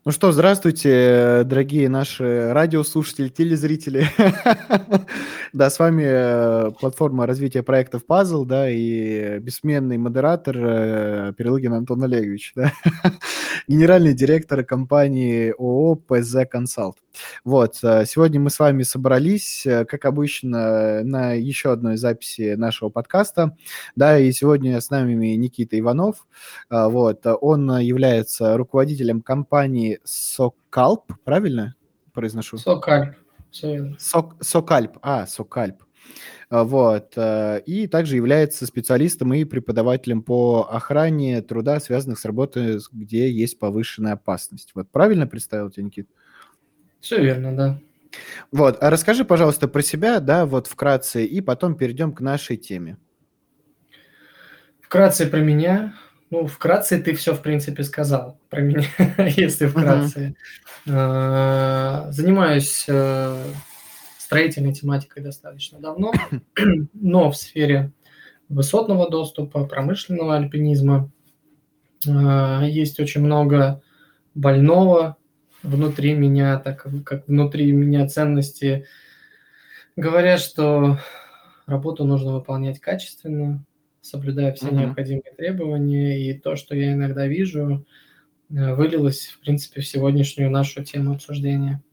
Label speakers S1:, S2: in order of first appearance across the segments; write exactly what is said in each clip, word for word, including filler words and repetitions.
S1: Ну что, здравствуйте, дорогие наши радиослушатели, телезрители. Да, с вами э, платформа развития проектов Puzzle, да, и бессменный модератор э, Перелыгин Антон Олегович, да, генеральный директор компании ООО пэ зэ Consult. Вот, э, сегодня мы с вами собрались, э, как обычно, на еще одной записи нашего подкаста, да, и сегодня с нами Никита Иванов. А, Вот, а он является руководителем компании Сокалп, правильно произношу?
S2: Сокальп, все верно.
S1: Сок, Сокальп, а, Сокальп. А, Вот, э, и также является специалистом и преподавателем по охране труда, связанных с работой, с- где есть повышенная опасность. Вот, правильно представил тебя, Никит?
S2: Все верно, да.
S1: Вот, а расскажи, пожалуйста, про себя, да, вот вкратце, и потом перейдем к нашей теме.
S2: Вкратце про меня. Ну, вкратце ты все, в принципе, сказал про меня, если
S1: Мгм.
S2: вкратце. А, Занимаюсь э, строительной тематикой достаточно давно, но в сфере высотного доступа, промышленного альпинизма. А, Есть очень много больного внутри меня, так как как внутри меня ценности говорят, что работу нужно выполнять качественно, соблюдая все
S1: Мгм.
S2: необходимые требования. И то, что я иногда вижу, э, вылилось, в принципе, в сегодняшнюю нашу тему обсуждения.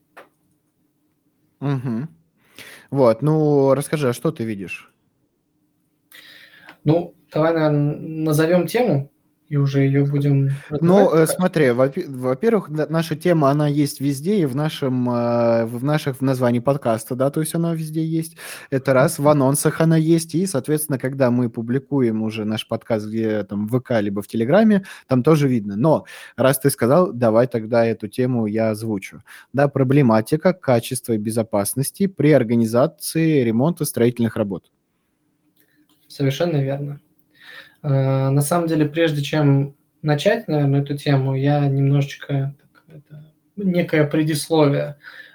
S1: Мгм. Вот, ну, расскажи, а что ты видишь?
S2: Ну, давай, наверное, назовем тему и уже ее будем
S1: Ну,
S2: развивать.
S1: э,
S2: Как?
S1: смотри, во-пе- во-первых, на- наша тема, она есть везде, и в нашем, э, в наших в названии подкаста, да, то есть она везде есть. Это раз, в анонсах она есть, и, соответственно, когда мы публикуем уже наш подкаст, где там в вэ ка либо в Телеграме, там тоже видно. Но раз ты сказал, давай тогда эту тему я озвучу. Да, проблематика качества и безопасности при организации ремонта строительных работ.
S2: Совершенно верно. Э, На самом деле, прежде чем начать, наверное, эту тему, я немножечко так, это, ну, некое предисловие.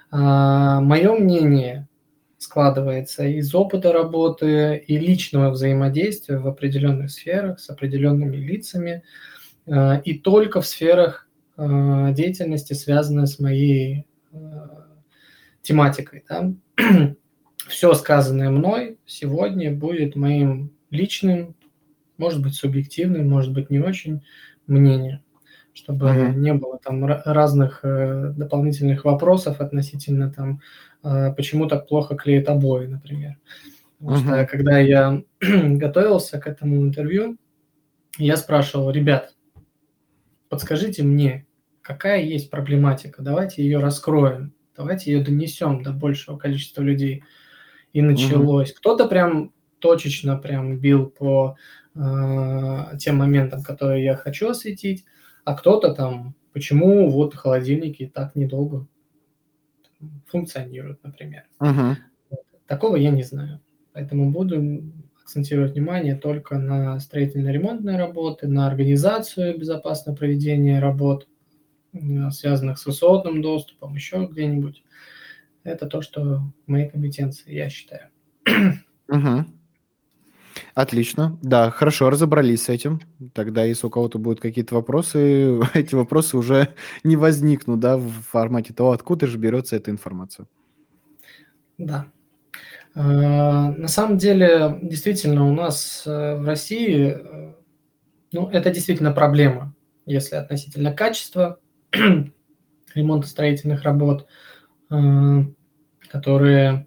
S2: Мое мнение складывается из опыта работы и личного взаимодействия в определенных сферах с определенными лицами, э, и только в сферах э, деятельности, связанной с моей э, тематикой. Да. Все сказанное мной сегодня будет моим личным, может быть, субъективным, может быть, не очень мнением, чтобы
S1: Мгм.
S2: не было там ра- разных э, дополнительных вопросов относительно там, э, почему так плохо клеят обои, например. Потому что
S1: Мгм.
S2: когда я готовился к этому интервью, я спрашивал: ребят, подскажите мне, какая есть проблематика, давайте ее раскроем, давайте ее донесем до большего количества людей. И
S1: Мгм.
S2: началось. Кто-то прям точечно прям бил по э, тем моментам, которые я хочу осветить, а кто-то там, почему вот холодильники так недолго функционируют, например.
S1: Мгм.
S2: Такого я не знаю. Поэтому буду акцентировать внимание только на строительно-ремонтные работы, на организацию безопасного проведения работ, м, связанных с высотным доступом, еще где-нибудь. Это то, что в моей компетенции, я считаю.
S1: Мгм. Отлично. Да, хорошо, разобрались с этим. Тогда, если у кого-то будут какие-то вопросы, эти вопросы уже не возникнут, да, в формате того, откуда же берется эта информация.
S2: Да. Э, На самом деле, действительно, у нас э, в России, э, ну, это действительно проблема, если относительно качества ремонтно-строительных работ, э, которые,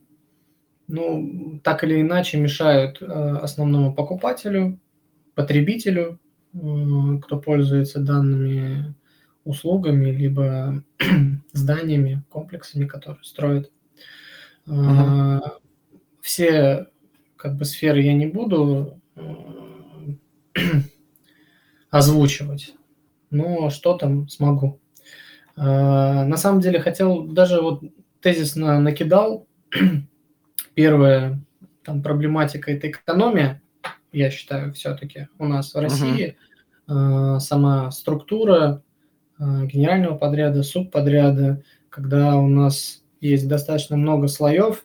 S2: ну, так или иначе мешают э, основному покупателю, потребителю, э, кто пользуется данными услугами, либо зданиями, комплексами, которые строят.
S1: Мгм.
S2: Э, Все как бы сферы я не буду э, озвучивать, но что-то смогу. А, На самом деле хотел даже вот тезисно накидал. Первая там проблематика – это экономия, я считаю, все-таки у нас в
S1: Мгм.
S2: России а, сама структура а, генерального подряда, субподряда, когда у нас есть достаточно много слоев,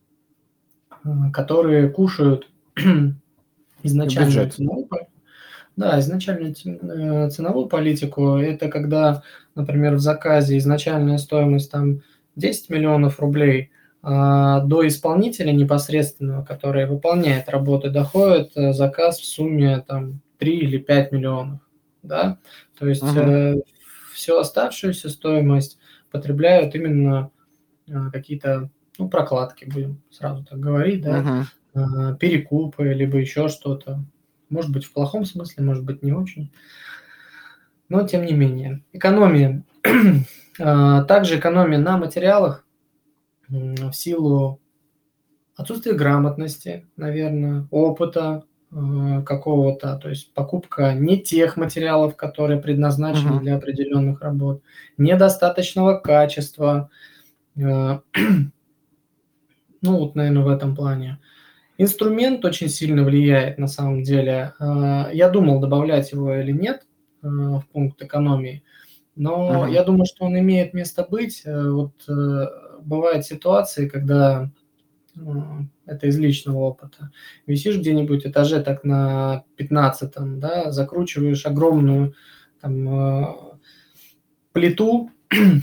S2: а, которые кушают изначально
S1: Бюджет.
S2: эту науку. Да, изначально тем э, ценовую политику- это когда, например, в заказе изначальная стоимость там десять миллионов рублей, а до исполнителя непосредственного, который выполняет работы, доходит, э, заказ в сумме там три или пять миллионов, да. То есть,
S1: Мгм.
S2: э, всю оставшуюся стоимость потребляют именно, а, какие-то, ну, прокладки, будем сразу так говорить, да,
S1: Мгм.
S2: а, перекупы либо еще что-то. Может быть, в плохом смысле, может быть, не очень. Но тем не менее. Экономия. А, также экономия на материалах, м, в силу отсутствия грамотности, наверно, опыта, а, какого-то, то есть покупка не тех материалов, которые предназначены
S1: Мгм.
S2: для определенных работ, недостаточного качества. А, ну, вот, наверно, в этом плане. Инструмент очень сильно влияет на самом деле. А, я думал, добавлять его или нет, а, в пункт экономии, но
S1: Мгм.
S2: я думаю, что он имеет место быть. Э, вот, э, бывают ситуации, когда, м, это из личного опыта, висишь где-нибудь этаже так на пятнадцатом, да, закручиваешь огромную там, а, плиту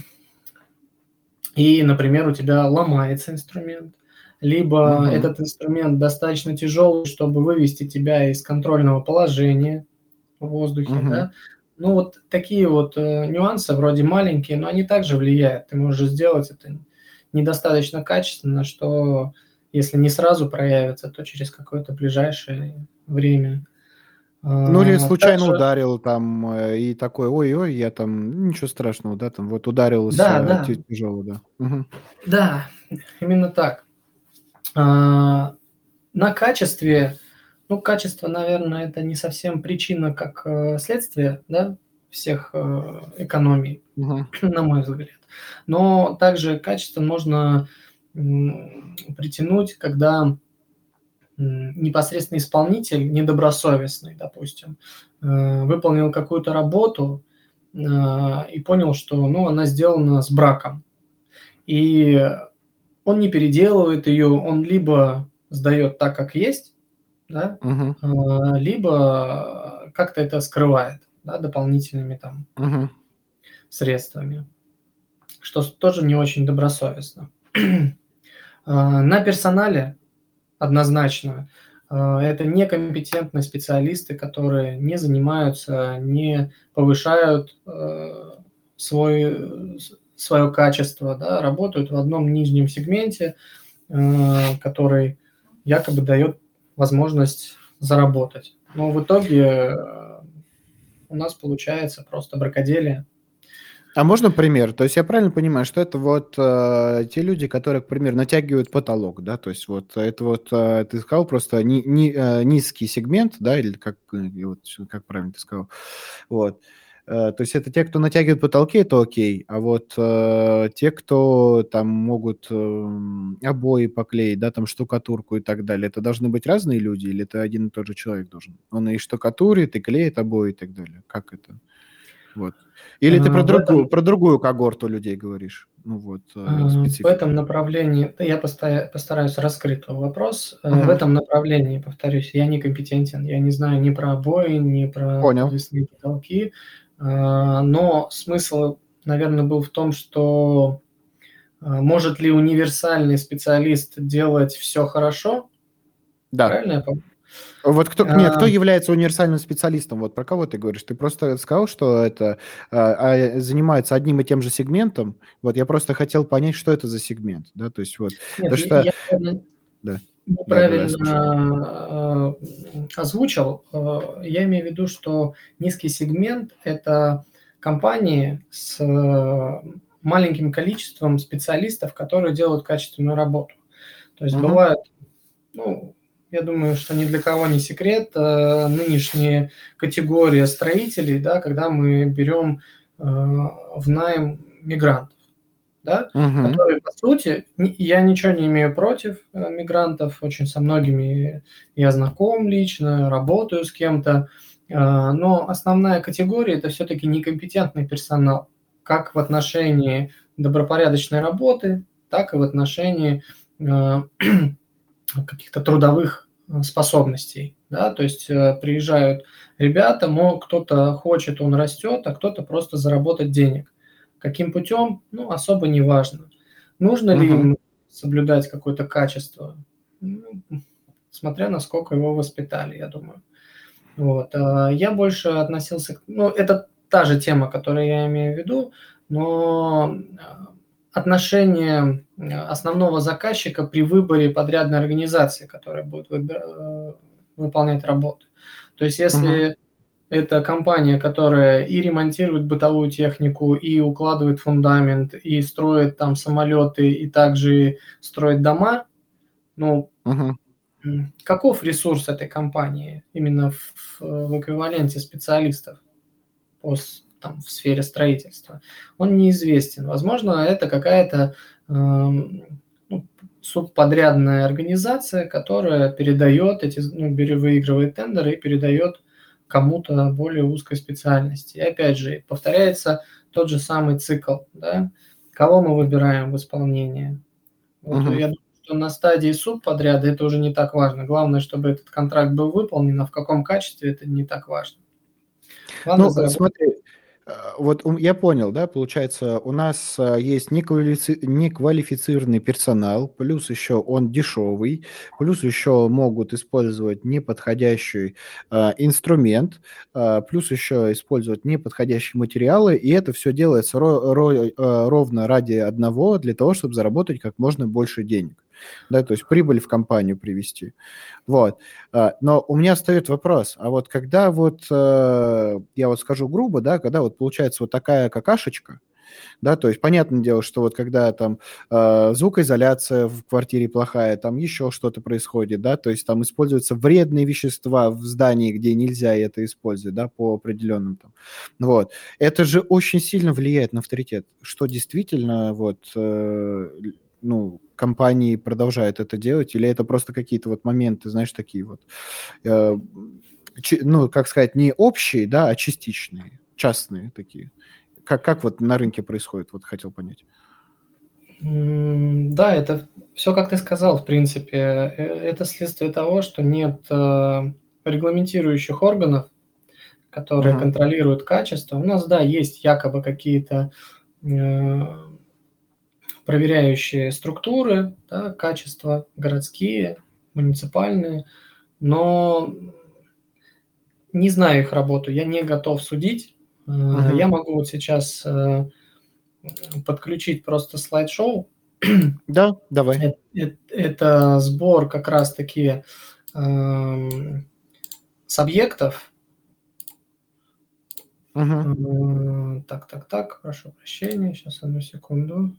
S2: и, например, у тебя ломается инструмент, либо
S1: Мгм.
S2: этот инструмент достаточно тяжелый, чтобы вывести тебя из контрольного положения в воздухе,
S1: Мгм.
S2: да. Ну, вот такие вот, э, нюансы, вроде маленькие, но они также влияют. Ты можешь сделать это недостаточно качественно, что если не сразу проявится, то через какое-то ближайшее время.
S1: Ну, или
S2: А,
S1: случайно
S2: также
S1: ударил там, э, и такой: "Ой-ой, я там, ну, ничего страшного", да, там вот
S2: Да,
S1: ударился
S2: да,
S1: тя тяжело, да. Мгм.
S2: да, именно так. А, на качестве, ну, качество, наверно, это не совсем причина, как, э, следствие, да, всех, э, экономий,
S1: Мгм.
S2: на мой взгляд. Но также качество можно, м, притянуть, когда, м, непосредственно исполнитель недобросовестный, допустим, э, выполнил какую-то работу, а, и понял, что, ну, она сделана с браком. И он не переделывает ее, он либо сдаёт так, как есть, да,
S1: Мгм.
S2: а, либо как-то это скрывает, да, дополнительными там
S1: Мгм.
S2: средствами, что с тоже не очень добросовестно. А, на персонале однозначно, а, это некомпетентные специалисты, которые не занимаются, не повышают, э, свой с свое качество, да, работают в одном нижнем сегменте, а, который якобы даёт возможность заработать. Но в итоге, э, у нас получается просто бракоделие.
S1: А можно пример? То есть я правильно понимаю, что это вот, э, те люди, которые, к примеру, натягивают потолок, да? То есть вот это вот, э, ты сказал просто ни ни э, низкий сегмент, да, или как, э, и вот как правильно ты сказал? Вот. Э, то есть это те, кто натягивает потолки, это окей, а вот, э, те, кто там могут, эм, обои поклеить, да, там штукатурку и так далее, это должны быть разные люди или это один и тот же человек должен? Он и штукатурит, и клеит обои и так далее. Как это? Вот.
S2: А,
S1: Или ты про
S2: в этом
S1: другую про другую когорту людей говоришь? Ну вот,
S2: А,
S1: э,
S2: в этом
S1: специфику.
S2: направлении да, я поста постараюсь раскрыть твой вопрос. Э, в
S1: Мгм.
S2: этом направлении, повторюсь, я некомпетентен. Я не знаю ни про обои, ни про
S1: Понял.
S2: подвесные потолки. А, но смысл, наверно, был в том, что, а, может ли универсальный специалист делать всё хорошо?
S1: Да.
S2: Правильно я понял?
S1: Вот кто не, кто
S2: А
S1: является универсальным специалистом? Вот про кого ты говоришь? Ты просто сказал, что это, а, а, занимается одним и тем же сегментом. Вот я просто хотел понять, что это за сегмент, да, то есть вот.
S2: Нет,
S1: Потому
S2: я
S1: что
S2: я, наверно,
S1: да, да-да-да, я слушаю.
S2: неправильно, а, м, озвучил. А, я имею в виду, что низкий сегмент- это компании с, э, маленьким количеством специалистов, которые делают качественную работу. То есть
S1: Мгм.
S2: бывает, ну, я думаю, что ни для кого не секрет, э, нынешняя категория строителей, да, когда мы берем, а, в найм мигрантов, да,
S1: Мгм.
S2: которые, по сути, ни я ничего не имею против, э, мигрантов, очень со многими я знаком лично, работаю с кем-то, а, но основная категория- это всё-таки некомпетентный персонал как в отношении добропорядочной работы, так и в отношении, а, каких-то трудовых, а, способностей. Да, то есть э, приезжают ребята, мо- кто-то хочет, он растет, а кто-то просто заработать денег. Каким путем? Ну, особо не важно. Нужно ли
S1: Мгм.
S2: им соблюдать какое-то качество? Ну, смотря насколько его воспитали, я думаю. Вот. а Я больше относился к... Ну, это та же тема, которую я имею в виду, но а, отношение а, основного заказчика при выборе подрядной организации, которая будет выбира- э, выполнять работу. То есть,
S1: Мгм.
S2: если это компания, которая и ремонтирует бытовую технику, и укладывает фундамент, и строит там самолеты, и также строит дома, ну,
S1: Мгм.
S2: М, каков ресурс этой компании именно в в эквиваленте специалистов по с там в сфере строительства? Он неизвестен. Возможно, это какая-то, эм, ну, субподрядная организация, которая передает эти, ну, бере выигрывает тендеры и передает кому-то более узкой специальности. И опять же, повторяется тот же самый цикл, да. Кого мы выбираем в исполнение? Вот
S1: Мгм.
S2: я думаю, что на стадии субподряда это уже не так важно. Главное, чтобы этот контракт был выполнен, а в каком качестве- это не так важно. Главное
S1: Ну, э,
S2: заработать.
S1: смотри, э, вот ум я понял, да, получается, у нас, а, есть неквалифици неквалифицированный персонал, плюс еще он дешевый, плюс еще могут использовать неподходящий, а, инструмент, а, плюс еще использовать неподходящие материалы, и это все делается ро ро э, ровно ради одного, для того, чтобы заработать как можно больше денег. Да, то есть прибыль в компанию привести. Вот. А, но у меня встает вопрос, а вот когда вот, э, я вот скажу грубо, да, когда вот получается вот такая какашечка, да, то есть понятное дело, что вот когда там, э, звукоизоляция в квартире плохая, там еще что-то происходит, да, то есть там используются вредные вещества в здании, где нельзя это использовать, да, по определенным там. Вот. Это же очень сильно влияет на авторитет, что действительно вот, э, ль ну, компании продолжают это делать, или это просто какие-то вот моменты, знаешь, такие вот, э, чи ну, как сказать, не общие, да, а частичные, частные такие. Как как вот на рынке происходит, вот хотел понять.
S2: М, да, это все, как ты сказал, в принципе. Э, это следствие того, что нет, э, регламентирующих органов, которые
S1: Мгм.
S2: контролируют качество. У нас, да, есть якобы какие-то, э, проверяющие структуры, да, качества городские, муниципальные, но не знаю их работу, я не готов судить. Э,
S1: Мгм.
S2: я могу вот сейчас, э, подключить просто слайд-шоу.
S1: Да, давай.
S2: Эт эт это сбор как раз таки, эм, с объектов.
S1: Мгм.
S2: М, так так так, прошу прощения, сейчас одну секунду.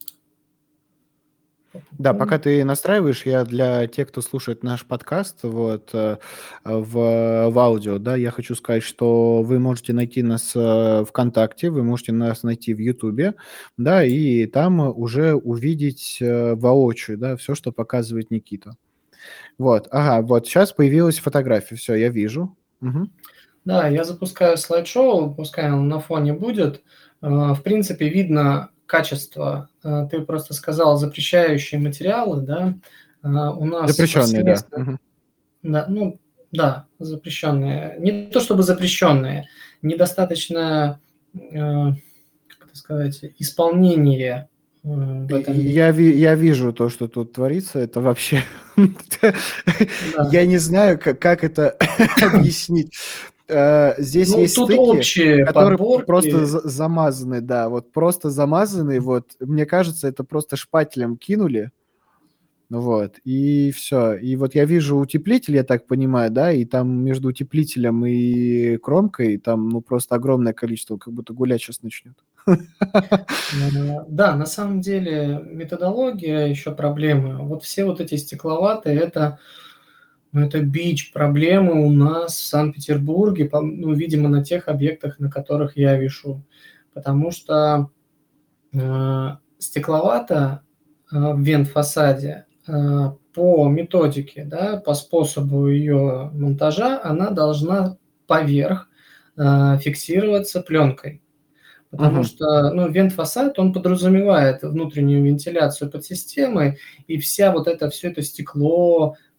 S1: Да,
S2: Пу-пу-пу.
S1: пока ты настраиваешь, я для тех, кто слушает наш подкаст вот, э, в в аудио, да, я хочу сказать, что вы можете найти нас, э, "ВКонтакте", вы можете нас найти в "Ютубе", да, и там уже увидеть, э, воочию, да, все, что показывает Никита. Вот, ага, вот сейчас появилась фотография, все, я вижу. Мгм.
S2: Да, я запускаю слайд-шоу, пускай оно на фоне будет. А, в принципе, видно качество. А, ты просто сказал запрещающие материалы, да. А, у нас
S1: Запрещенные, да.
S2: повсеместно,
S1: Мгм.
S2: да, ну да, запрещенные. Не то чтобы запрещенные, недостаточно, э, как это сказать, исполнение, э, в
S1: И
S2: этом
S1: и
S2: месте.
S1: я ви я вижу то, что тут творится. Это вообще
S2: Да.
S1: я не знаю, как как это объяснить. Э, здесь
S2: Ну,
S1: есть
S2: тут
S1: стыки,
S2: общие
S1: которые п просто
S2: подборки.
S1: за замазаны, да, вот просто замазаны. Вот, мне кажется, это просто шпателем кинули. Ну вот, и все. И вот я вижу утеплитель, я так понимаю, да, и там между утеплителем и кромкой там, ну, просто огромное количество, как будто гулять сейчас начнет.
S2: Э, да, на самом деле методология еще проблемы. Вот все вот эти стекловатые- это, ну, это бич проблемы у нас в Санкт-Петербурге, по ну, видимо, на тех объектах, на которых я вишу. Потому что, э, стекловата, э, в вент-фасаде, э, по методике, да, по способу ее монтажа, она должна поверх, э, фиксироваться пленкой. Потому
S1: Мгм.
S2: что, ну, вент-фасад, он подразумевает внутреннюю вентиляцию под системой, и вся вот это, все это стекло, э,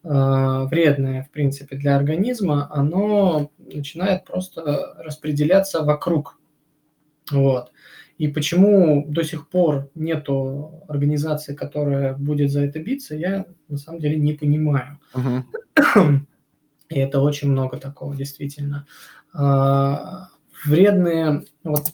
S2: э, вредное, в принципе, для организма, оно начинает просто распределяться вокруг. Вот. И почему до сих пор нету организации, которая будет за это биться, я на самом деле не понимаю.
S1: Мгм.
S2: И это очень много такого, действительно. А, вредные, вот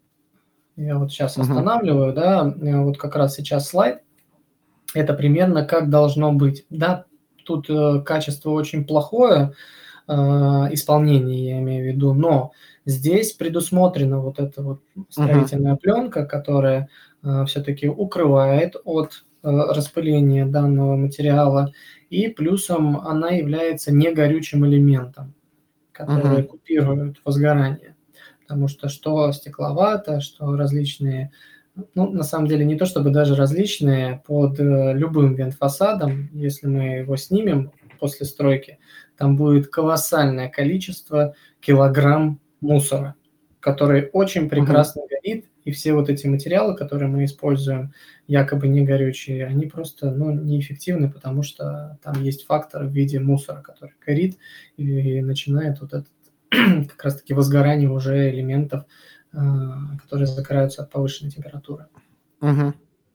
S2: я вот сейчас
S1: Мгм.
S2: останавливаю, да, э, вот как раз сейчас слайд, это примерно как должно быть. Да, тут э, качество очень плохое, э, исполнение, я имею в виду, но здесь предусмотрена вот эта вот
S1: Мгм.
S2: строительная пленка, которая э, все-таки укрывает от э, распыления данного материала, и плюсом она является негорючим элементом, которые
S1: Мгм.
S2: купируют возгорание. Потому что что стекловата, что различные, ну, на самом деле, не то чтобы даже различные, под э, любым вентфасадом, если мы его снимем после стройки, там будет колоссальное количество килограмм мусора, который очень
S1: Мгм.
S2: прекрасно горит, и все вот эти материалы, которые мы используем, якобы не горючие, они просто, ну, неэффективны, потому что там есть фактор в виде мусора, который горит и начинает вот этот как раз-таки возгорание уже элементов, а, которые загораются от повышенной температуры.
S1: Мгм.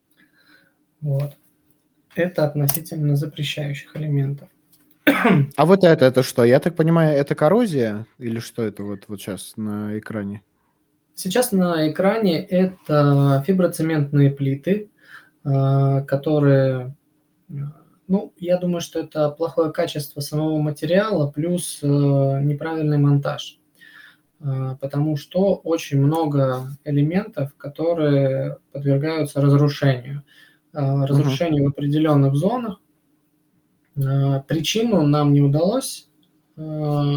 S2: Вот. Это относительно запрещающих элементов.
S1: А вот это, это что? Я так понимаю, это коррозия или что это вот, вот сейчас на экране?
S2: Сейчас на экране это фиброцементные плиты, а, которые, а, ну, я думаю, что это плохое качество самого материала плюс э, неправильный монтаж. А, потому что очень много элементов, которые подвергаются разрушению. А,
S1: Мгм.
S2: разрушению в определенных зонах. А, причину нам не удалось а,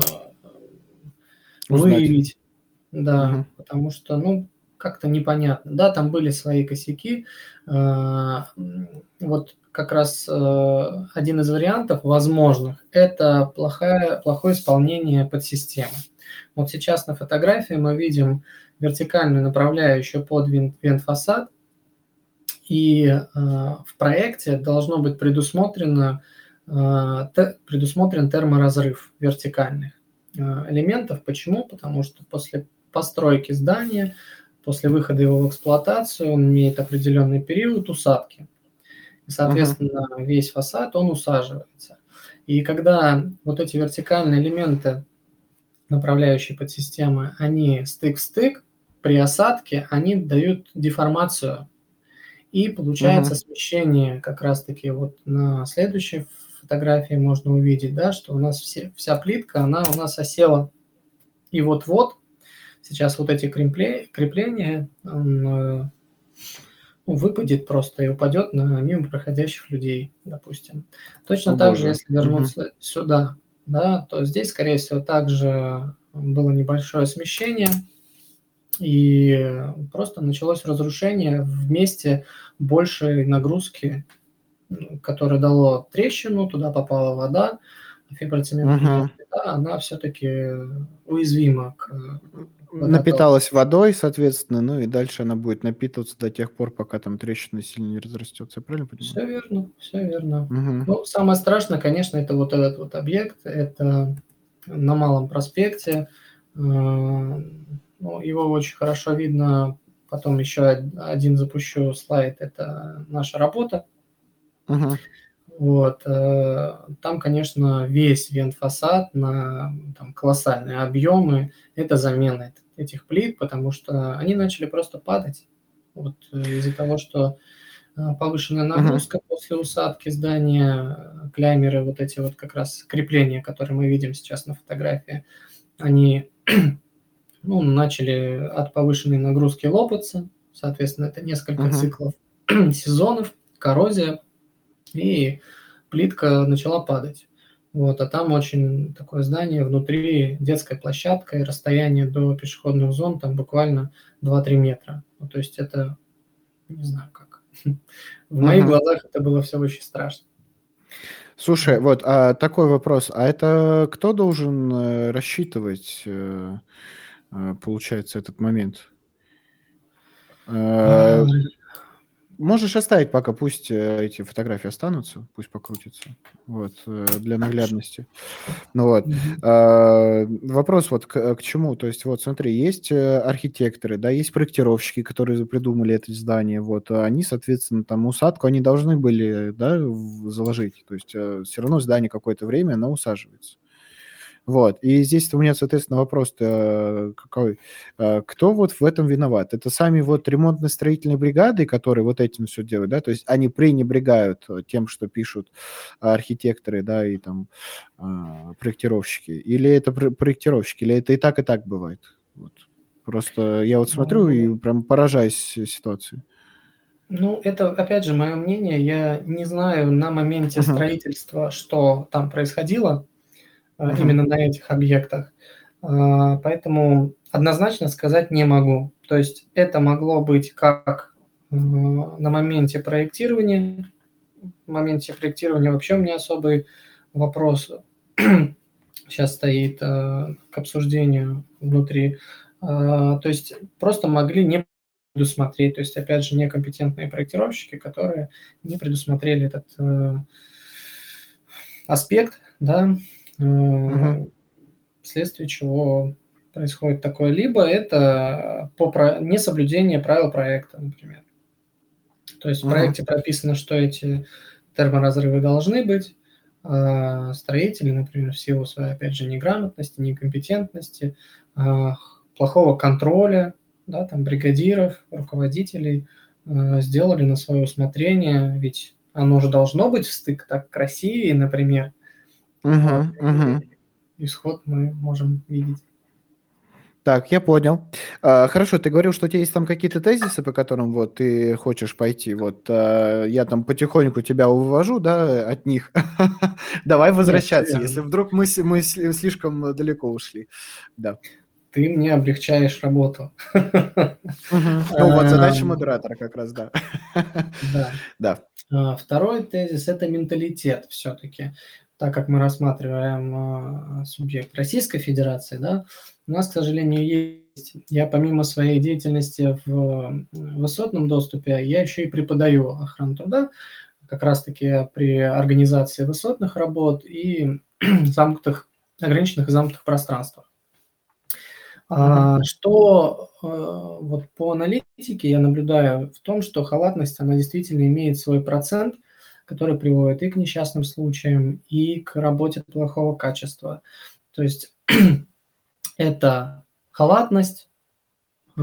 S1: Узнать.
S2: выявить, да,
S1: Мгм.
S2: потому что, ну, как-то непонятно. Да, там были свои косяки. А, м, вот как раз э, один из вариантов возможных – это плохое, плохое исполнение подсистемы. Вот сейчас на фотографии мы видим вертикальную направляющую под вент, вент-фасад, и э, в проекте должно быть предусмотрено, э, те, предусмотрен терморазрыв вертикальных э, элементов. Почему? Потому что после постройки здания, после выхода его в эксплуатацию, он имеет определенный период усадки. И,
S1: Мгм.
S2: соответственно, весь фасад, он усаживается. И когда вот эти вертикальные элементы, направляющие подсистемы, они стык в стык, при осадке они дают деформацию. И получается
S1: Мгм.
S2: смещение как раз-таки вот на следующей фотографии можно увидеть, да, что у нас все, вся плитка, она у нас осела. И вот-вот сейчас вот эти крепле- крепления, он, э, ну, выпадет просто и упадет на мимо проходящих людей, допустим.
S1: О
S2: Точно так же,
S1: боже.
S2: если
S1: Мгм.
S2: вернуться сюда, да, то здесь, скорее всего, также было небольшое смещение, и просто началось разрушение в месте большей нагрузки, м, которое дало трещину, туда попала вода, фиброцементная
S1: Мгм.
S2: плита, она все-таки уязвима к водооттоку.
S1: Напиталась водой, соответственно, ну и дальше она будет напитываться до тех пор, пока там трещина сильно не разрастется. Я правильно понимаю?
S2: Все верно, все верно.
S1: Мгм.
S2: Ну, самое страшное, конечно, это вот этот вот объект, это на Малом проспекте. Э, ну, его очень хорошо видно. Потом еще один запущу слайд, это наша работа.
S1: Мгм.
S2: Вот, э, там, конечно, весь вент-фасад на там колоссальные объемы. Это замена эт этих плит, потому что они начали просто падать. Вот, э, из-за того, что, э, повышенная
S1: Мгм.
S2: нагрузка после усадки здания, э, клаймеры, вот эти вот как раз крепления, которые мы видим сейчас на фотографии, они, ну, начали от повышенной нагрузки лопаться. Соответственно, это несколько
S1: Мгм.
S2: циклов сезонов, коррозия. И плитка начала падать. Вот, а там очень такое здание, внутри детская площадка, и расстояние до пешеходных зон там буквально два-три метра. Ну, то есть это, не знаю как. В моих
S1: Мгм.
S2: глазах это было все очень страшно.
S1: Слушай,
S2: Вот.
S1: вот, а такой вопрос. А это кто должен, э, рассчитывать, э, э, получается, этот момент? Э,
S2: А,
S1: можешь оставить пока, пусть э, эти фотографии останутся, пусть покрутятся, вот, э, для наглядности. Ну вот.
S2: Мгм.
S1: А, вопрос вот к, к чему? То есть вот смотри, есть э, архитекторы, да, есть проектировщики, которые придумали это здание, вот, а они, соответственно, там усадку они должны были, да, в- заложить, то есть все равно здание какое-то время, оно усаживается. Вот. И здесь у меня, соответственно, вопрос какой. Э, Кто вот в этом виноват? Это сами вот ремонтно-строительные бригады, которые вот этим все делают, да? То есть они пренебрегают э, тем, что пишут архитекторы, да, и там а, проектировщики? Или это про- проектировщики? Или это и так, и так бывает? Вот. Просто я вот смотрю
S2: Ну,
S1: и прям поражаюсь ситуации.
S2: ну, это, опять же, мое мнение. Я не знаю на моменте
S1: Мгм.
S2: строительства, что там происходило, а,
S1: Мгм.
S2: именно на этих объектах. А, Поэтому однозначно сказать не могу. То есть это могло быть как э, на моменте проектирования. В моменте проектирования вообще у меня особый вопрос сейчас стоит э, к обсуждению внутри. А, То есть просто могли не предусмотреть. То есть, опять же, некомпетентные проектировщики, которые не предусмотрели этот э, аспект, да,
S1: Мгм.
S2: э, вследствие чего происходит такое. Либо это по про- несоблюдение правил проекта, например. То есть в
S1: Мгм.
S2: проекте прописано, что эти терморазрывы должны быть, а строители, например, в силу своей, опять же, неграмотности, некомпетентности, а, плохого контроля, да, там, бригадиров, руководителей, а, сделали на свое усмотрение, ведь оно же должно быть в стык так красивее, например. Вот.
S1: Мгм. Мгм.
S2: И исход мы можем видеть.
S1: Так, я понял. А, хорошо, ты говорил, что у тебя есть там какие-то тезисы, по которым вот ты хочешь пойти. Вот а, я там потихоньку тебя увожу, да, от них. Давай
S2: Нет, всё
S1: возвращаться, если
S2: верно.
S1: вдруг мы, с- мы сли- слишком далеко ушли. Да.
S2: Ты мне облегчаешь работу.
S1: Мгм. Ну вот задача
S2: Ам,
S1: модератора как раз, да.
S2: Да.
S1: Да.
S2: А, Второй тезис – это менталитет все-таки. Так как мы рассматриваем а, субъект Российской Федерации, да, у нас, к сожалению, есть, я помимо своей деятельности в м, высотном доступе, я еще и преподаю охрану труда, как раз-таки при организации высотных работ и замкнутых, ограниченных и замкнутых пространствах.
S1: Мгм.
S2: А, Что э, вот по аналитике я наблюдаю в том, что халатность, она действительно имеет свой процент, который приводит и к несчастным случаям, и к работе плохого качества. То есть это халатность, э,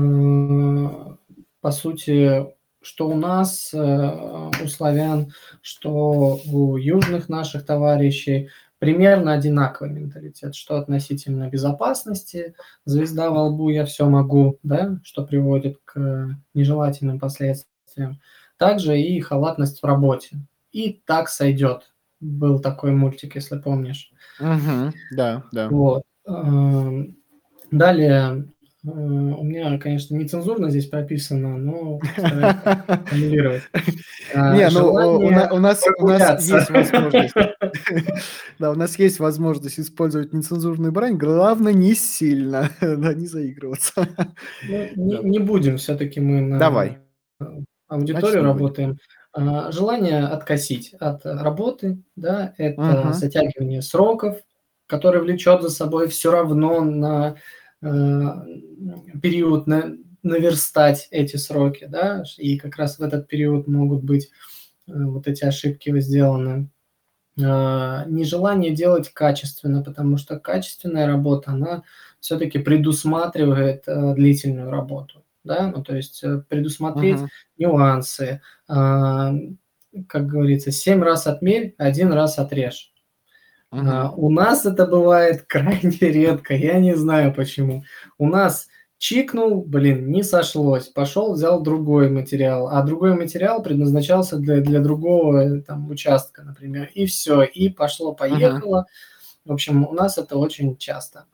S2: по сути, что у нас, э, у славян, что у южных наших товарищей примерно одинаковый менталитет, что относительно безопасности, звезда во лбу, я все могу, да, что приводит к нежелательным последствиям. Также и халатность в работе. И так сойдет. Был такой мультик, если помнишь.
S1: Мгм. Да, да.
S2: Вот. Эм, Далее, э, у меня, конечно, нецензурно здесь прописано, но постараюсь формулировать. А,
S1: Не, ну у у на-
S2: Желание
S1: у нас у нас
S2: прогуляться.
S1: есть возможность. Да, у нас есть возможность использовать нецензурную брань. Главное не сильно, да, не заигрываться.
S2: Ну, не
S1: Да.
S2: не будем, все-таки мы
S1: Давай.
S2: на э,
S1: Значит,
S2: аудиторию
S1: не будем.
S2: работаем. А, Желание откосить от работы, да, это
S1: Мгм.
S2: затягивание сроков, которое влечет за собой все равно на э, период на наверстать эти сроки, да, и как раз в этот период могут быть э, вот эти ошибки сделаны. А, Нежелание делать качественно, потому что качественная работа, она все-таки предусматривает э, длительную работу, да, ну, то есть э, предусмотреть
S1: Мгм.
S2: нюансы, а, как говорится, семь раз отмерь, один раз отрежь.
S1: Мгм.
S2: А, У нас это бывает крайне редко, я не знаю почему. У нас чикнул, блин, не сошлось, пошел, взял другой материал, а другой материал предназначался для, для другого э, там участка, например, и все, и
S1: Мгм.
S2: пошло-поехало. В общем, у нас это очень часто.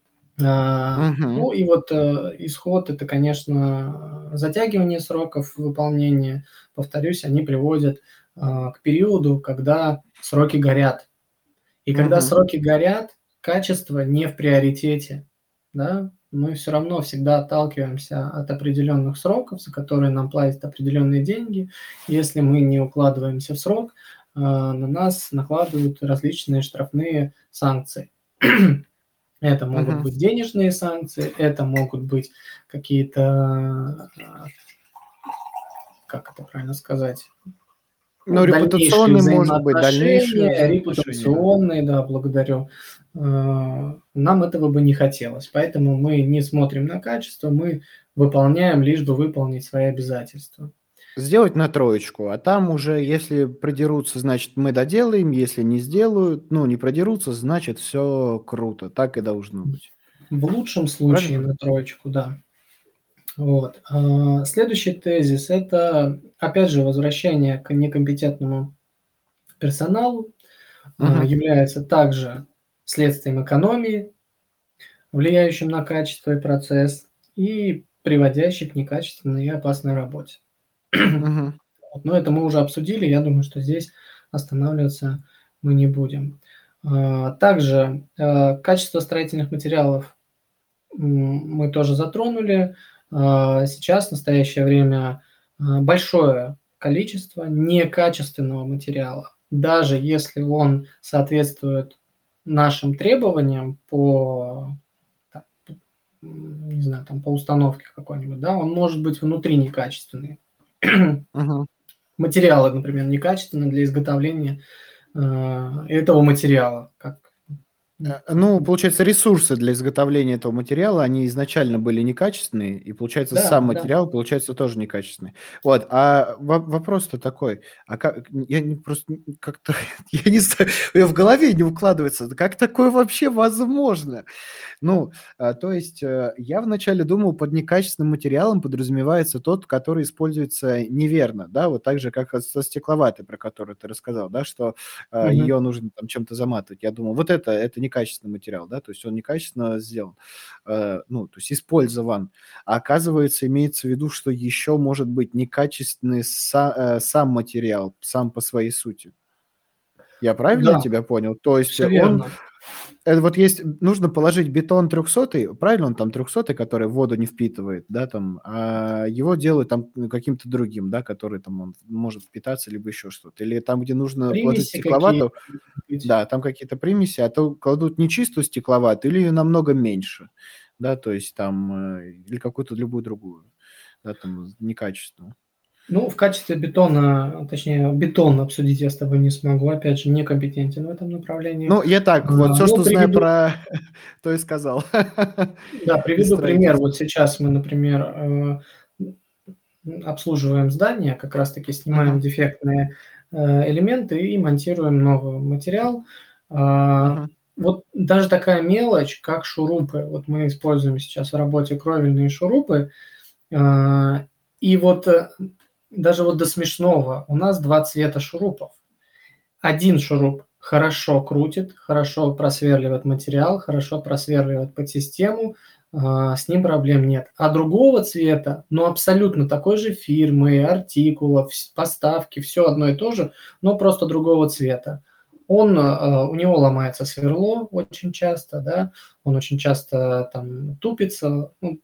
S2: А,
S1: Мгм.
S2: Ну и вот э, исход это, конечно, затягивание сроков выполнения. Повторюсь, они приводят а, к периоду, когда сроки горят. И когда
S1: Мгм.
S2: сроки горят, качество не в приоритете, да. мы все равно всегда отталкиваемся от определенных сроков, за которые нам платят определенные деньги. Если мы не укладываемся в срок, э, на нас накладывают различные штрафные санкции. Это могут
S1: Мгм.
S2: быть денежные санкции, это могут быть какие-то, э, как это правильно сказать,
S1: Ну,
S2: ну, дальнейшие
S1: репутационный, может быть, дальнейшие
S2: взаимоотношения,
S1: взаимоотношения.
S2: репутационные, да, благодарю. Э, Нам этого бы не хотелось, поэтому мы не смотрим на качество, мы выполняем, лишь бы выполнить свои обязательства.
S1: Сделать на троечку, а там уже, если продерутся, значит, мы доделаем, если не сделают, ну, не продерутся, значит, все круто, так и должно быть.
S2: В лучшем случае
S1: Правильно?
S2: на троечку, да. Вот. А, Следующий тезис – это, опять же, возвращение к некомпетентному персоналу, а,
S1: Мгм.
S2: является также следствием экономии, влияющим на качество и процесс, и приводящий к некачественной и опасной работе.
S1: Мгм.
S2: Вот, но это мы уже обсудили, я думаю, что здесь останавливаться мы не будем. А, Также а, качество строительных материалов м, мы тоже затронули. А, Сейчас, в настоящее время, а, большое количество некачественного материала, даже если он соответствует нашим требованиям по, там, м, не знаю, там, по установке какой-нибудь, да, он может быть внутри некачественный.
S1: Мгм.
S2: Материалы, например, некачественные для изготовления э, этого материала. Как,
S1: Э, ну, получается, ресурсы для изготовления этого материала, они изначально были некачественные, и, получается,
S2: да,
S1: сам
S2: да.
S1: материал, получается, тоже некачественный. Вот, а во вопрос-то такой, а как я не просто н как-то, я не знаю, у меня в голове не укладывается, да как такое вообще возможно? Ну, а, то есть, э, я вначале думал, под некачественным материалом подразумевается тот, который используется неверно, да, вот так же, как и со стекловатой, про которую ты рассказал, да, что, а,
S2: Мгм.
S1: ее нужно там чем-то заматывать. Я думал, вот это это некачественный материал, да, то есть он некачественно сделан, э, ну, то есть использован. А оказывается, имеется в виду, что еще может быть некачественный са э, сам материал, сам по своей сути. Я правильно
S2: Да,
S1: тебя понял? То есть,
S2: все
S1: э, он
S2: верно.
S1: это вот есть нужно положить бетон трехсотый, правильно он там трехсотый, который воду не впитывает, да, там, а его делают там, ну, каким-то другим, да, который там он может впитаться либо еще что-то. Или там, где нужно положить
S2: Примеси какие
S1: стекловату,
S2: могут быть.
S1: да, там какие-то примеси, а то кладут не чистую стекловату или намного меньше, да, то есть там, э, или какую-то любую другую, да, там некачественную.
S2: Ну, в качестве бетона, точнее, бетон обсудить я с тобой не смогу, опять же, некомпетентен в этом направлении.
S1: Ну, я
S2: А,
S1: так, вот все,
S2: Но
S1: что знаю
S2: приведу,
S1: про то и сказал.
S2: да,
S1: Из
S2: приведу пример.
S1: строительства.
S2: Вот сейчас мы, например, э, обслуживаем здание, как раз-таки снимаем
S1: Мгм,
S2: дефектные э, элементы и монтируем новый материал. А,
S1: мгм,
S2: Вот даже такая мелочь, как шурупы. Вот мы используем сейчас в работе кровельные шурупы. а, И вот э, даже вот до смешного у нас два цвета шурупов. Один шуруп хорошо крутит, хорошо просверливает материал, хорошо просверливает подсистему, а, с ним проблем нет. А другого цвета, но абсолютно такой же фирмы, артикула, вс поставки, все одно и то же, но просто другого цвета. Он, а, у него ломается сверло очень часто, да, он очень часто там тупится, ну,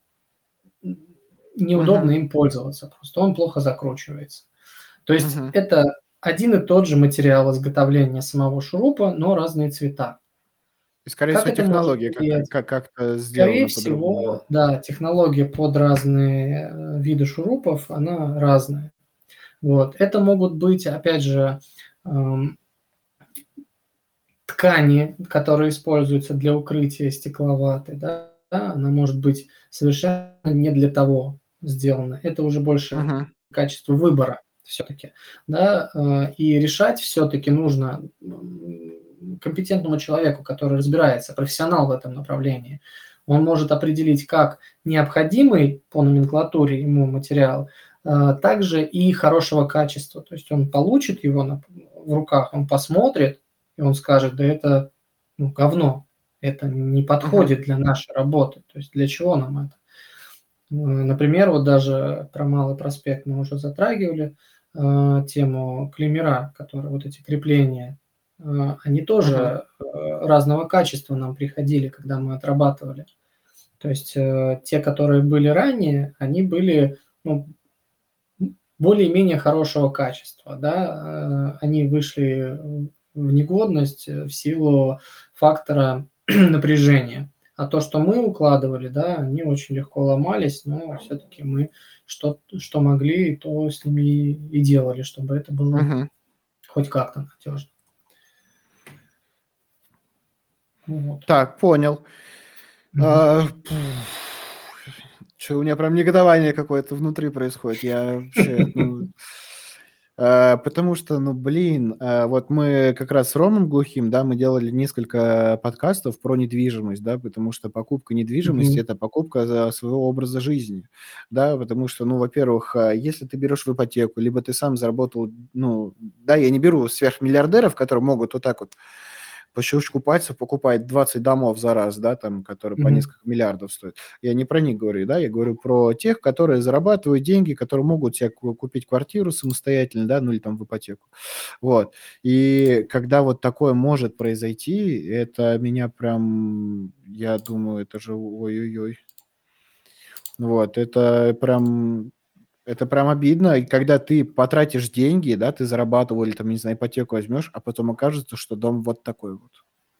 S2: неудобно
S1: мгм,
S2: им пользоваться просто, он плохо закручивается. То есть
S1: мгм.
S2: это один и тот же материал изготовления самого шурупа, но разные цвета.
S1: И, скорее
S2: Как
S1: всего,
S2: это может
S1: технология как
S2: влиять?
S1: как как-то
S2: Скорее
S1: сделана по-другому.
S2: всего, да, технология под разные э, виды шурупов, она разная. Вот. Это могут быть, опять же, эм, ткани, которые используются для укрытия стекловатой, да, да, она может быть совершенно не для того сделана. Это уже больше
S1: Мгм,
S2: качество выбора все-таки, да, э, и решать все-таки нужно м, компетентному человеку, который разбирается, профессионал в этом направлении. Он может определить как необходимый по номенклатуре ему материал, э, также и хорошего качества. То есть он получит его на- в руках, он посмотрит, и он скажет: да это, ну, говно, это не
S1: мгм,
S2: подходит для нашей работы. То есть для чего нам это? Э, Например, вот даже про Малый проспект мы уже затрагивали э, тему клеймера, которые вот эти крепления, э, они
S1: мгм,
S2: тоже э, разного качества нам приходили, когда мы отрабатывали. То есть э, те, которые были ранее, они были ну, более-менее хорошего качества, да, э, они вышли в негодность в силу фактора напряжения. А то, что мы укладывали, да, они очень легко ломались, но все-таки мы что, что могли, то с ними и, и делали, чтобы это было
S1: Мгм.
S2: хоть как-то надежно. Вот.
S1: Так, понял. А, Что, у меня прям негодование какое-то внутри происходит. Я вообще, ну, а, потому что, ну, блин, а, вот мы как раз с Ромом Глухим, да, мы делали несколько подкастов про недвижимость, да, потому что покупка недвижимости–
S2: Мгм.
S1: это покупка за своего образа жизни, да, потому что, ну, во-первых, а, если ты берешь в ипотеку, либо ты сам заработал, ну, да, я не беру сверхмиллиардеров, которые могут вот так вот по щелчку пальцев покупать двадцать домов за раз, да, там, которые по
S2: Мгм.
S1: несколько миллиардов стоят. Я не про них говорю, да, я говорю про тех, которые зарабатывают деньги, которые могут себе ку- купить квартиру самостоятельно, да, ну или там в ипотеку. Вот. И когда вот такое может произойти, это меня прям, я думаю, это же ой-ой-ой. Вот, это прям это прям обидно, и когда ты потратишь деньги, да, ты зарабатывал или там, не знаю, ипотеку возьмешь, а потом окажется, что дом вот такой вот.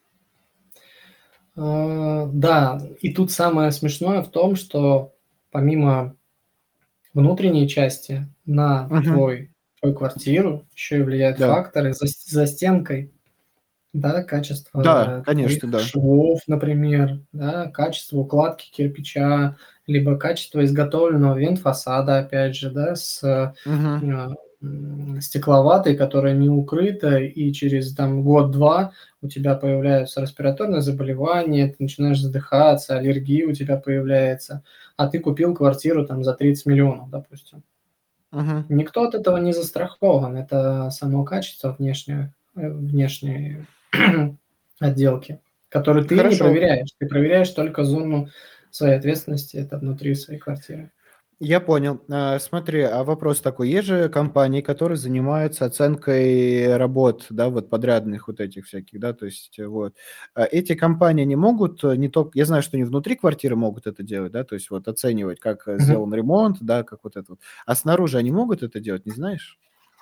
S2: А, Да, и тут самое смешное в том, что помимо внутренней части на
S1: Мгм.
S2: твой, твою квартиру еще и влияют
S1: Да.
S2: факторы за, с- за стенкой, да,
S1: Да,
S2: качество твоих
S1: конечно, да.
S2: швов, например, да, качество укладки кирпича, либо качество изготовленного вент-фасада, опять же, да, с э,
S1: Мгм.
S2: м, стекловатой, которая не укрыта, и через там год-два у тебя появляются респираторные заболевания, ты начинаешь задыхаться, аллергия у тебя появляется, а ты купил квартиру там за тридцать миллионов, допустим.
S1: Мгм.
S2: Никто от этого не застрахован. Это само качество внешнее, э, внешней отделки, которую ты не
S1: Хорошо,
S2: проверяешь. Ты проверяешь только зону своей ответственности, это внутри своей квартиры.
S1: я понял. А, смотри, а вопрос такой: есть же компании, которые занимаются оценкой работ, да, вот подрядных вот этих всяких, да, то есть э, вот. А эти компании не могут э, не только, я знаю, что они внутри квартиры могут это делать, да, то есть вот оценивать, как э,
S2: Мгм.
S1: сделан ремонт, да, как вот это вот. А снаружи они могут это делать, не знаешь?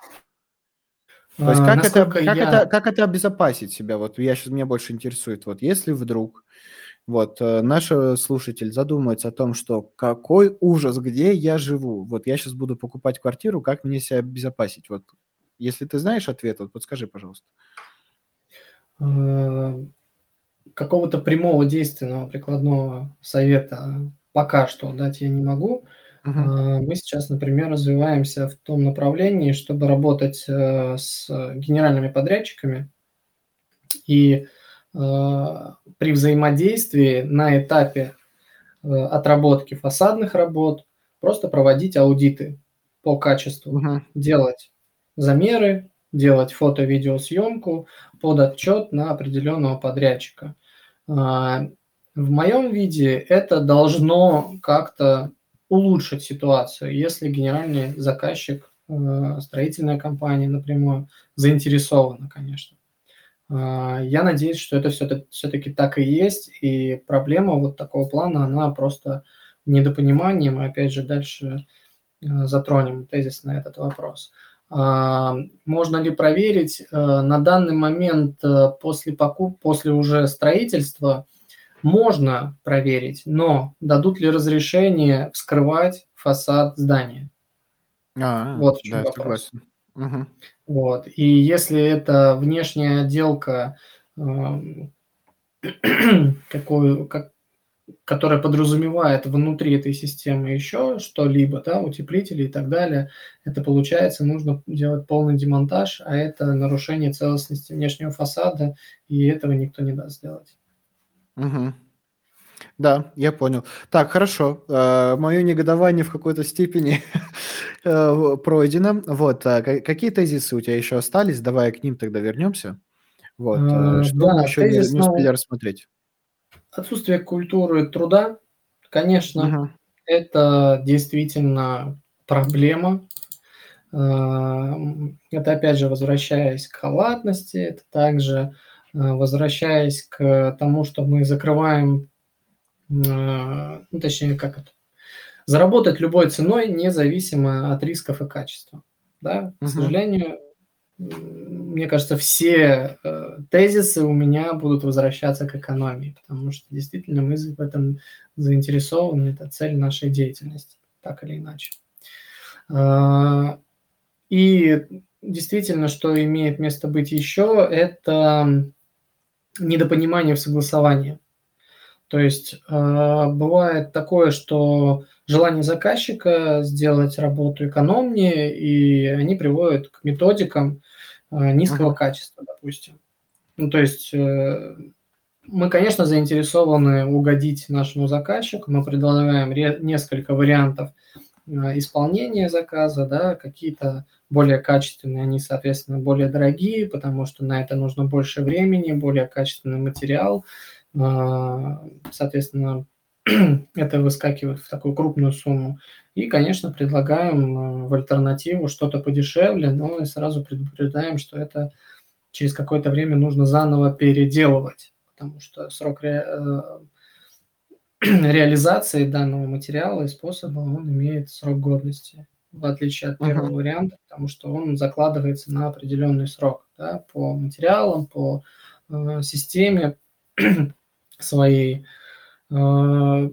S1: То есть
S2: А,
S1: как это
S2: насколько
S1: как это
S2: я
S1: как это обезопасить себя? Вот я сейчас меня больше интересует, вот если вдруг вот, э, наш, э, слушатель задумается о том, что какой ужас, где я живу. Вот я сейчас буду покупать квартиру, как мне себя обезопасить? Вот если ты знаешь ответ, вот подскажи, пожалуйста.
S2: э, какого-то прямого действенного прикладного совета пока что дать я не могу.
S1: Мгм.
S2: А, Мы сейчас, например, развиваемся в том направлении, чтобы работать э, с генеральными подрядчиками и а, при взаимодействии на этапе э, отработки фасадных работ просто проводить аудиты по качеству,
S1: Мгм.
S2: делать замеры, делать фото-видеосъемку под отчет на определенного подрядчика. А, В моем виде это должно как-то улучшить ситуацию, если генеральный заказчик, э, строительная компания напрямую заинтересована, конечно. А, я надеюсь, что это все-таки так и есть, и проблема вот такого плана, она просто недопониманием. Мы опять же дальше э, затронем тезис на этот вопрос. А, Можно ли проверить? Э, На данный момент э, после покуп, после уже строительства можно проверить, но дадут ли разрешение вскрывать фасад здания?
S1: А,
S2: Вот в чем
S1: да,
S2: вопрос.
S1: согласен. Мгм.
S2: Вот. И если это внешняя отделка, ам, какую, как, которая подразумевает внутри этой системы еще что-либо, да, утеплители и так далее, это получается нужно делать полный демонтаж, а это нарушение целостности внешнего фасада, и этого никто не даст сделать.
S1: Мгм. Да, я понял. Так, хорошо. Мое негодование в какой-то степени э, в пройдено. Вот, а ка какие тезисы у тебя еще остались? Давай к ним тогда вернемся. Вот, э,
S2: А,
S1: что мы
S2: Да,
S1: еще не не успели
S2: тезисно
S1: рассмотреть?
S2: отсутствие культуры труда, конечно,
S1: Мгм.
S2: это действительно проблема. А, м, Это опять же возвращаясь к халатности, это также а, возвращаясь к тому, что мы закрываем ну, точнее, как это, заработать любой ценой, независимо от рисков и качества. Да? К
S1: Мгм.
S2: сожалению, мне кажется, все э, тезисы у меня будут возвращаться к экономии, потому что действительно мы в этом заинтересованы, это цель нашей деятельности, так или иначе. А, И действительно, что имеет место быть еще, это недопонимание в согласовании. То есть э, бывает такое, что желание заказчика сделать работу экономнее, и они приводят к методикам э, низкого
S1: Мгм.
S2: качества, допустим. Ну, то есть э, мы, конечно, заинтересованы угодить нашему заказчику, мы предлагаем ре- несколько вариантов э, исполнения заказа, да, какие-то более качественные, они, соответственно, более дорогие, потому что на это нужно больше времени, более качественный материал, а, соответственно, это выскакивает в такую крупную сумму. И, конечно, предлагаем э, в альтернативу что-то подешевле, но и сразу предупреждаем, что это через какое-то время нужно заново переделывать, потому что срок ре- э, реализации данного материала и способа, он имеет срок годности, в отличие от
S1: Мгм.
S2: первого варианта, потому что он закладывается на определенный срок, да, по материалам, по э, системе своей. Э,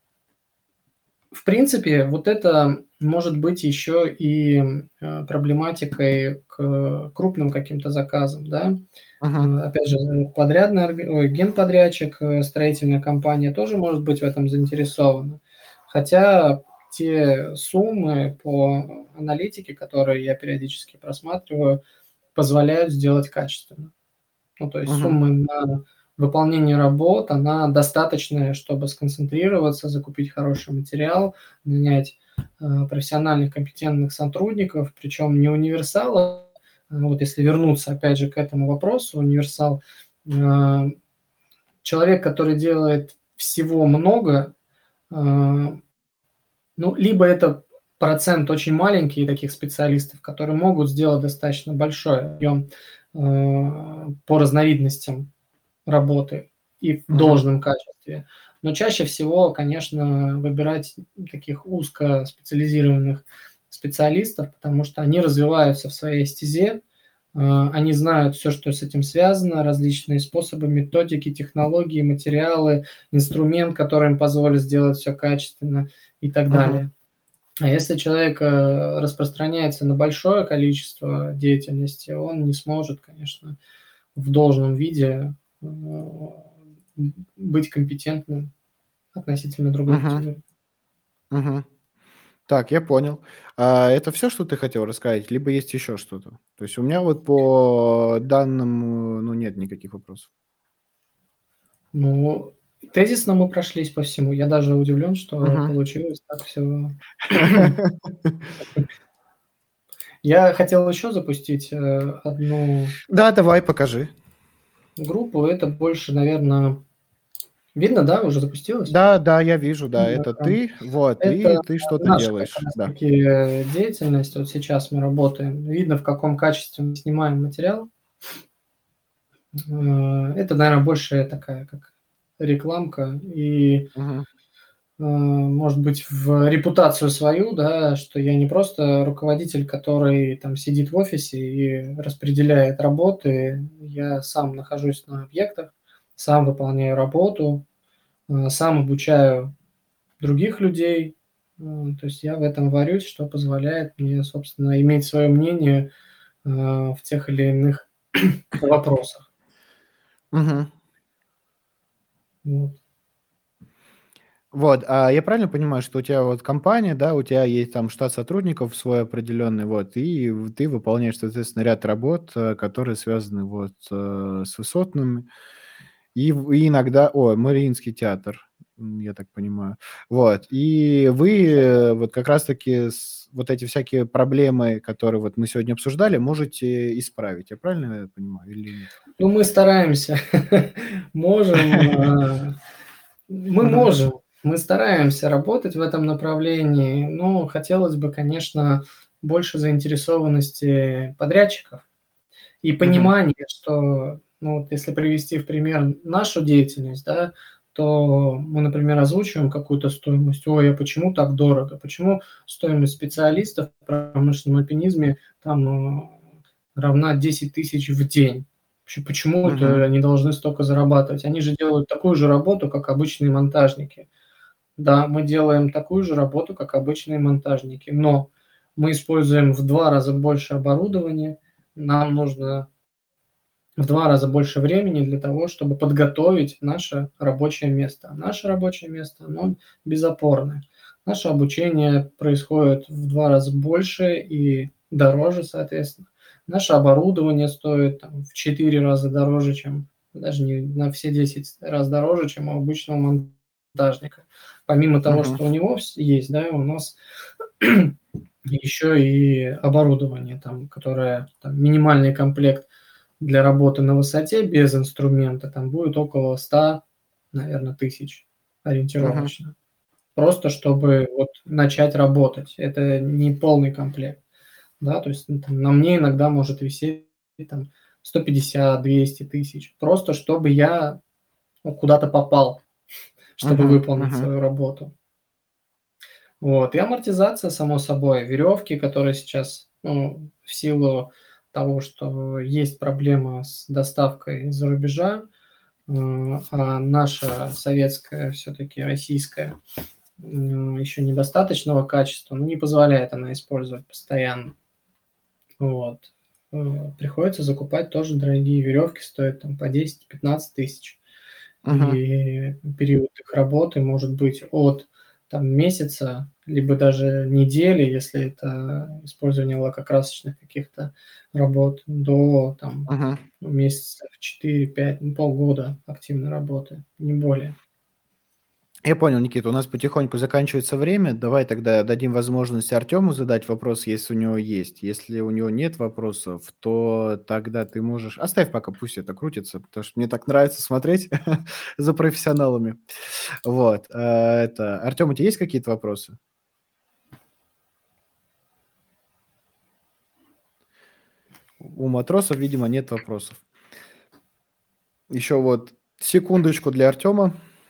S2: В принципе, вот это может быть еще и э, проблематикой к крупным каким-то заказам, да. Э,
S1: Мгм.
S2: Опять же, подрядный, орг- ой, генподрядчик, э, строительная компания тоже может быть в этом заинтересована. Хотя те суммы по аналитике, которые я периодически просматриваю, позволяют сделать качественно. Ну, то есть
S1: Мгм.
S2: суммы на выполнение работ, она достаточная, чтобы сконцентрироваться, закупить хороший материал, нанять э, профессиональных, компетентных сотрудников, причем не универсала. Э, Вот если вернуться опять же к этому вопросу, универсал, э, человек, который делает всего много, э, ну, либо это процент очень маленький таких специалистов, которые могут сделать достаточно большой объем э, по разновидностям работы и в
S1: Мгм.
S2: должном качестве. Но чаще всего, конечно, выбирать таких узкоспециализированных специалистов, потому что они развиваются в своей стезе, а, они знают все, что с этим связано, различные способы, методики, технологии, материалы, инструмент, который им позволит сделать все качественно и так
S1: Мгм.
S2: далее. А если человек э, распространяется на большое количество деятельности, он не сможет, конечно, в должном виде э, быть компетентным относительно другой
S1: Мгм.
S2: категории.
S1: Мгм. Так, я понял. А это все, что ты хотел рассказать, либо есть еще что-то? То есть у меня вот по данному, ну, нет никаких вопросов.
S2: Ну, тезисно мы прошлись по всему. Я даже удивлен, что
S1: Мгм.
S2: получилось так все. Я хотел еще запустить э, одну
S1: Да, давай, покажи.
S2: группу. Это больше, наверное, видно, да, уже запустилось?
S1: Да, да, я вижу, да,
S2: Видно
S1: это
S2: экран.
S1: ты, вот, и
S2: Это
S1: ты что-то
S2: наша как
S1: делаешь, да.
S2: раз-таки э, деятельность. Вот сейчас мы работаем. Видно, в каком качестве мы снимаем материал. Э, Это, наверное, больше такая как рекламка и,
S1: Мгм.
S2: э, может быть, в репутацию свою, да, что я не просто руководитель, который там сидит в офисе и распределяет работы. Я сам нахожусь на объектах, сам выполняю работу, э, сам обучаю других людей. Э, То есть я в этом варюсь, что позволяет мне, собственно, иметь свое мнение э, в тех или иных вопросах.
S1: Мгм.
S2: Вот.
S1: Вот, а я правильно понимаю, что у тебя вот компания, да, у тебя есть там штат сотрудников свой определенный, вот, и в ты выполняешь, соответственно, ряд работ, э, которые связаны вот, э, с высотным, и в и иногда ой, Мариинский театр, м, я так понимаю. Вот, и вы, э, вот как раз таки с вот эти всякие проблемы, которые вот мы сегодня обсуждали, можете исправить. Я правильно понимаю или нет?
S2: Ну, мы стараемся, можем, а, мы
S1: Мгм.
S2: можем, мы стараемся работать в этом направлении, но хотелось бы, конечно, больше заинтересованности подрядчиков и
S1: Мгм.
S2: понимания, что, ну, вот если привести в пример нашу деятельность, да, то мы, например, озвучиваем какую-то стоимость. Ой, а почему так дорого? Почему стоимость специалистов в промышленном альпинизме там э, равна десять тысяч в день? Вообще, Почему это
S1: Мгм.
S2: они должны столько зарабатывать? Они же делают такую же работу, как обычные монтажники. Да, мы делаем такую же работу, как обычные монтажники, но мы используем в два раза больше оборудования, нам нужно в два раза больше времени для того, чтобы подготовить наше рабочее место. А наше рабочее место, оно безопорное. Наше обучение происходит в два раза больше и дороже, соответственно. Наше оборудование стоит там, в четыре раза дороже, чем даже не на все десять раз дороже, чем у обычного монтажника. Помимо того,
S1: Мгм.
S2: что у него вс- есть, да, у нас еще и оборудование, там, которое там, минимальный комплект для работы на высоте без инструмента там будет около ста, наверное, тысяч
S1: Мгм.
S2: ориентировочно. Просто чтобы вот начать работать. Это не полный комплект, да, то есть ну, там, на мне иногда может висеть там сто пятьдесят двести тысяч, просто чтобы я ну, куда-то попал, чтобы
S1: Мгм.
S2: выполнить
S1: Мгм.
S2: свою работу. Вот. И амортизация, само собой, веревки, которые сейчас, ну, в силу того, что есть проблема с доставкой из-за рубежа, э, а наша советская, все-таки российская, еще недостаточного качества, ну, не позволяет она использовать постоянно. Вот. Э, Приходится закупать тоже дорогие веревки, стоят там по десять-пятнадцать тысяч.
S1: Мгм.
S2: И период их работы может быть от там, месяца, либо даже недели, если это использование лакокрасочных каких-то работ, до там,
S1: Мгм.
S2: месяцев четыре-пять, ну, полгода активной работы, не более.
S1: Я понял, Никита, у нас потихоньку заканчивается время. Давай тогда дадим возможность Артему задать вопрос, если у него есть. Если у него нет вопросов, то тогда ты можешь... Оставь пока, пусть это крутится, потому что мне так нравится смотреть за профессионалами. Вот. э, Это... Артем, у тебя есть какие-то вопросы? У матросов, видимо, нет вопросов. Еще вот секундочку для Артема.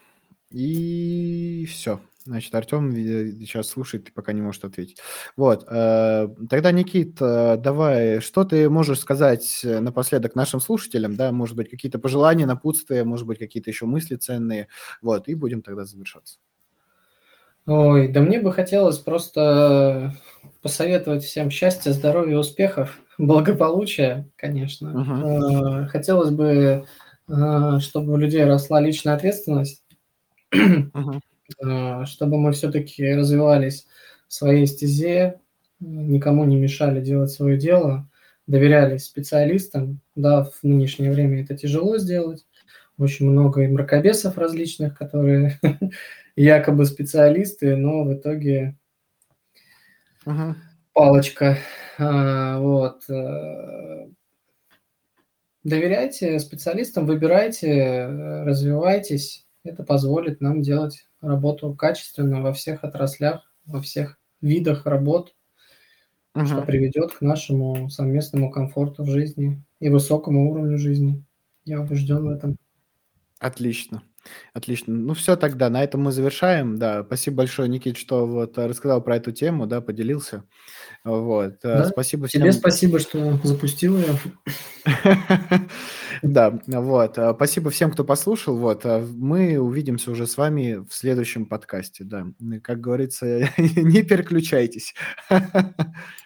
S1: И все. Значит, Артем сейчас слушает и пока не может ответить. Вот. э, Тогда, Никит, э, давай, что ты можешь сказать э, напоследок нашим слушателям, да, может быть, какие-то пожелания, напутствия, может быть, какие-то еще мысли ценные, вот, и будем тогда завершаться.
S2: Ой, да мне бы хотелось просто посоветовать всем счастья, здоровья, успехов, благополучия, конечно.
S1: Мгм.
S2: Э, Хотелось бы, э, чтобы у людей росла личная ответственность,
S1: Мгм.
S2: э, чтобы мы все-таки развивались в своей стезе, никому не мешали делать свое дело, доверяли специалистам. Да, в нынешнее время это тяжело сделать. Очень много и мракобесов различных, которые якобы специалисты, но в итоге
S1: Мгм.
S2: палочка. А, Вот. э, Доверяйте специалистам, выбирайте, э, развивайтесь. Это позволит нам делать работу качественно во всех отраслях, во всех видах работ, что
S1: Мгм.
S2: приведет к нашему совместному комфорту в жизни и высокому уровню жизни. Я убежден в этом.
S1: Отлично. Отлично. Ну, все тогда, на этом мы завершаем. Да, спасибо большое, Никит, что вот э, рассказал про эту тему, да, поделился. Вот. э,
S2: Да?
S1: Спасибо
S2: Тебе
S1: всем.
S2: спасибо, что запустил ее.
S1: Да, вот. а, Спасибо всем, кто послушал. Вот. а, Мы увидимся уже с вами в следующем подкасте. Да. М, Как говорится, не переключайтесь.